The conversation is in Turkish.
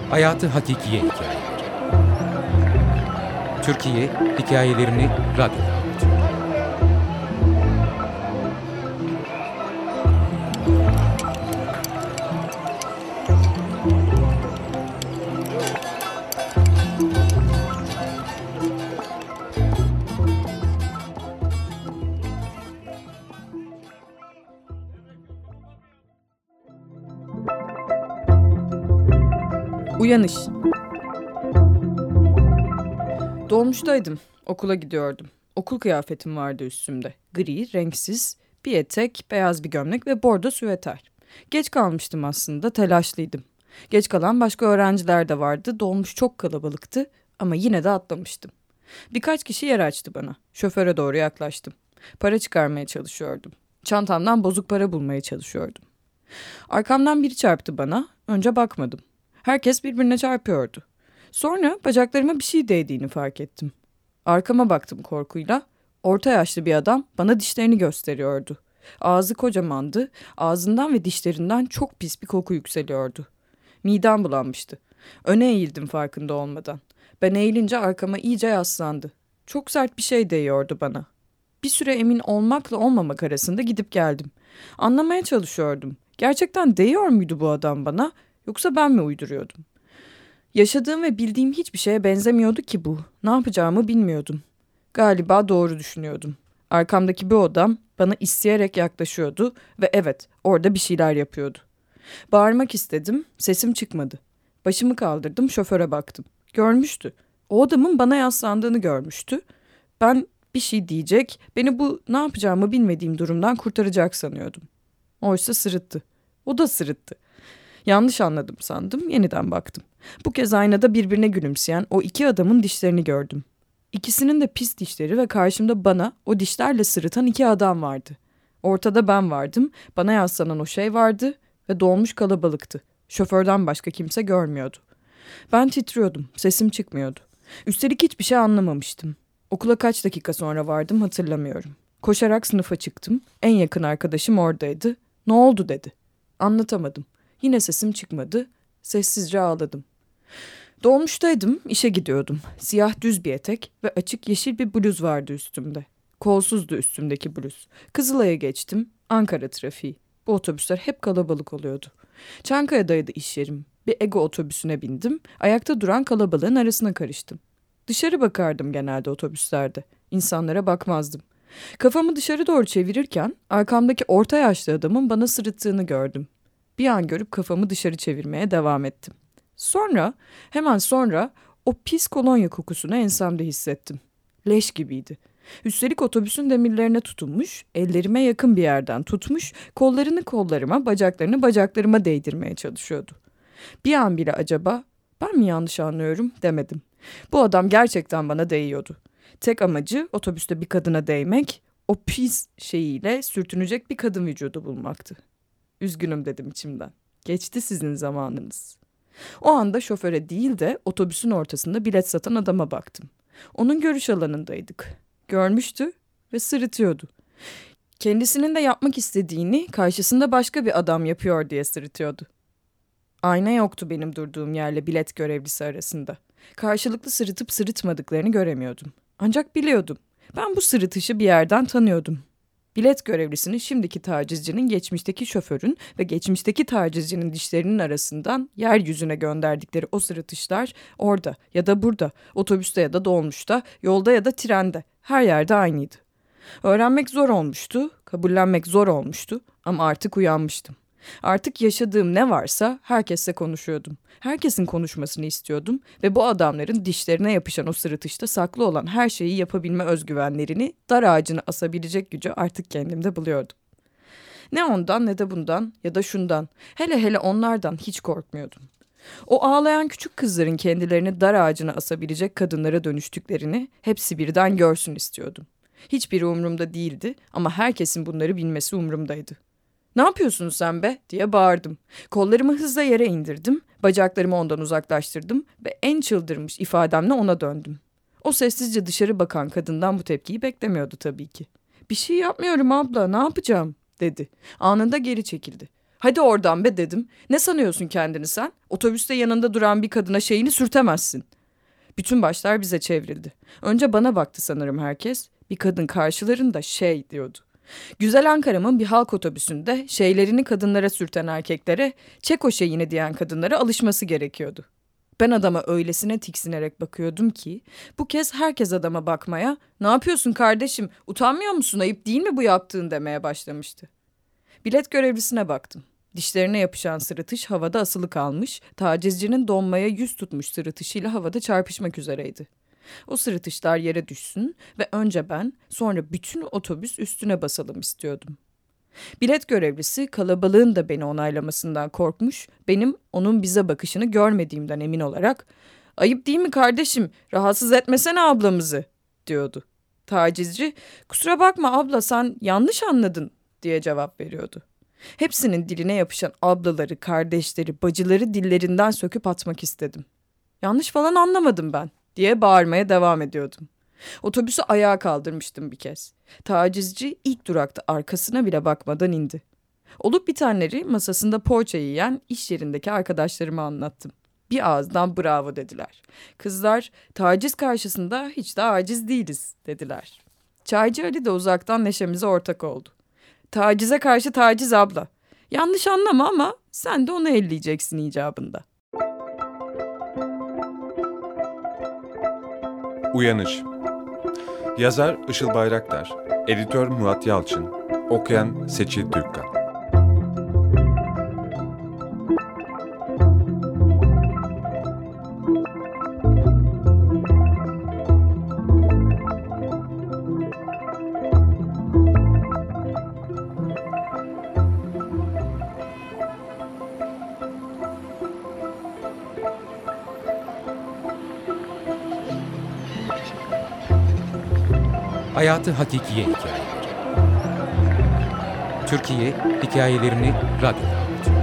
Hayatı Hakikiye Hikayeleri. Türkiye hikayelerini radyoda anlatıyor. Uyanış. Dolmuştaydım. Okula gidiyordum. Okul kıyafetim vardı üstümde. Gri, renksiz, bir etek, beyaz bir gömlek ve bordo süveter. Geç kalmıştım aslında, telaşlıydım. Geç kalan başka öğrenciler de vardı. Dolmuş çok kalabalıktı ama yine de atlamıştım. Birkaç kişi yer açtı bana. Şoföre doğru yaklaştım. Para çıkarmaya çalışıyordum. Çantamdan bozuk para bulmaya çalışıyordum. Arkamdan biri çarptı bana. Önce bakmadım. Herkes birbirine çarpıyordu. Sonra bacaklarıma bir şey değdiğini fark ettim. Arkama baktım korkuyla. Orta yaşlı bir adam bana dişlerini gösteriyordu. Ağzı kocamandı. Ağzından ve dişlerinden çok pis bir koku yükseliyordu. Midem bulanmıştı. Öne eğildim farkında olmadan. Ben eğilince arkama iyice yaslandı. Çok sert bir şey değiyordu bana. Bir süre emin olmakla olmamak arasında gidip geldim. Anlamaya çalışıyordum. Gerçekten değiyor muydu bu adam bana, yoksa ben mi uyduruyordum? Yaşadığım ve bildiğim hiçbir şeye benzemiyordu ki bu. Ne yapacağımı bilmiyordum. Galiba doğru düşünüyordum. Arkamdaki bir adam bana isteyerek yaklaşıyordu ve evet, orada bir şeyler yapıyordu. Bağırmak istedim, sesim çıkmadı. Başımı kaldırdım, şoföre baktım. Görmüştü. O adamın bana yaslandığını görmüştü. Ben bir şey diyecek, beni bu ne yapacağımı bilmediğim durumdan kurtaracak sanıyordum. Oysa sırıttı. O da sırıttı. Yanlış anladım sandım, yeniden baktım. Bu kez aynada birbirine gülümseyen o iki adamın dişlerini gördüm. İkisinin de pis dişleri ve karşımda bana o dişlerle sırıtan iki adam vardı. Ortada ben vardım, bana yaslanan o şey vardı ve dolmuş kalabalıktı. Şoförden başka kimse görmüyordu. Ben titriyordum, sesim çıkmıyordu. Üstelik hiçbir şey anlamamıştım. Okula kaç dakika sonra vardım hatırlamıyorum. Koşarak sınıfa çıktım, en yakın arkadaşım oradaydı. Ne oldu dedi. Anlatamadım. Yine sesim çıkmadı. Sessizce ağladım. Dolmuştaydım, işe gidiyordum. Siyah düz bir etek ve açık yeşil bir bluz vardı üstümde. Kolsuzdu üstümdeki bluz. Kızılay'a geçtim. Ankara trafiği. Bu otobüsler hep kalabalık oluyordu. Çankaya'daydı iş yerim. Bir Ego otobüsüne bindim. Ayakta duran kalabalığın arasına karıştım. Dışarı bakardım genelde otobüslerde. İnsanlara bakmazdım. Kafamı dışarı doğru çevirirken arkamdaki orta yaşlı adamın bana sırıttığını gördüm. Bir an görüp kafamı dışarı çevirmeye devam ettim. Hemen sonra o pis kolonya kokusunu ensemde hissettim. Leş gibiydi. Üstelik otobüsün demirlerine tutunmuş, ellerime yakın bir yerden tutmuş, kollarını kollarıma, bacaklarını bacaklarıma değdirmeye çalışıyordu. Bir an bile acaba ben mi yanlış anlıyorum demedim. Bu adam gerçekten bana değiyordu. Tek amacı otobüste bir kadına değmek, o pis şeyiyle sürtünecek bir kadın vücudu bulmaktı. Üzgünüm dedim içimden. Geçti sizin zamanınız. O anda şoföre değil de otobüsün ortasında bilet satan adama baktım. Onun görüş alanındaydık. Görmüştü ve sırıtıyordu. Kendisinin de yapmak istediğini karşısında başka bir adam yapıyor diye sırıtıyordu. Ayna yoktu benim durduğum yerle bilet görevlisi arasında. Karşılıklı sırıtıp sırıtmadıklarını göremiyordum. Ancak biliyordum. Ben bu sırıtışı bir yerden tanıyordum. Bilet görevlisinin şimdiki tacizcinin geçmişteki şoförün ve geçmişteki tacizcinin dişlerinin arasından yeryüzüne gönderdikleri o sırıtışlar orada ya da burada, otobüste ya da dolmuşta, yolda ya da trende, her yerde aynıydı. Öğrenmek zor olmuştu, kabullenmek zor olmuştu ama artık uyanmıştım. Artık yaşadığım ne varsa herkesle konuşuyordum. Herkesin konuşmasını istiyordum ve bu adamların dişlerine yapışan o sırıtışta saklı olan her şeyi yapabilme özgüvenlerini dar ağacına asabilecek gücü artık kendimde buluyordum. Ne ondan ne de bundan ya da şundan, hele onlardan hiç korkmuyordum. O ağlayan küçük kızların kendilerini dar ağacına asabilecek kadınlara dönüştüklerini hepsi birden görsün istiyordum. Hiçbiri umurumda değildi ama herkesin bunları bilmesi umurumdaydı. "Ne yapıyorsun sen be?" diye bağırdım. Kollarımı hızla yere indirdim, bacaklarımı ondan uzaklaştırdım ve en çıldırmış ifademle ona döndüm. O sessizce dışarı bakan kadından bu tepkiyi beklemiyordu tabii ki. "Bir şey yapmıyorum abla, ne yapacağım?" dedi. Anında geri çekildi. Hadi oradan be dedim. Ne sanıyorsun kendini sen? Otobüste yanında duran bir kadına şeyini sürtemezsin. Bütün başlar bize çevrildi. Önce bana baktı sanırım herkes. Bir kadın karşılarında şey diyordu. Güzel Ankara'mın bir halk otobüsünde şeylerini kadınlara sürten erkeklere, çek o şeyini diyen kadınlara alışması gerekiyordu. Ben adama öylesine tiksinerek bakıyordum ki bu kez herkes adama bakmaya, ne yapıyorsun kardeşim, utanmıyor musun, ayıp değil mi bu yaptığın demeye başlamıştı. Bilet görevlisine baktım. Dişlerine yapışan sırıtış havada asılı kalmış, tacizcinin donmaya yüz tutmuş sırıtışıyla havada çarpışmak üzereydi. O sırıtışlar yere düşsün ve önce ben, sonra bütün otobüs üstüne basalım istiyordum. Bilet görevlisi kalabalığın da beni onaylamasından korkmuş, benim onun bize bakışını görmediğimden emin olarak "Ayıp değil mi kardeşim, rahatsız etmesene ablamızı" diyordu. Tacizci "Kusura bakma abla, sen yanlış anladın" diye cevap veriyordu. Hepsinin diline yapışan ablaları, kardeşleri, bacıları dillerinden söküp atmak istedim. "Yanlış falan anlamadım ben" diye bağırmaya devam ediyordum. Otobüsü ayağa kaldırmıştım bir kez. Tacizci ilk durakta arkasına bile bakmadan indi. Olup bitenleri masasında poğaça yiyen iş yerindeki arkadaşlarıma anlattım. Bir ağızdan bravo dediler. Kızlar, taciz karşısında hiç de aciz değiliz dediler. Çaycı Ali de uzaktan neşemize ortak oldu. Tacize karşı taciz abla. Yanlış anlama ama sen de onu elleyeceksin icabında. Uyanış. Yazar Işıl Bayraktar, editör Murat Yalçın, okuyan Seçil Türkkan. Hayatı Hakikiye Hikayeleri. Türkiye hikayelerini radyoda anlatıyor.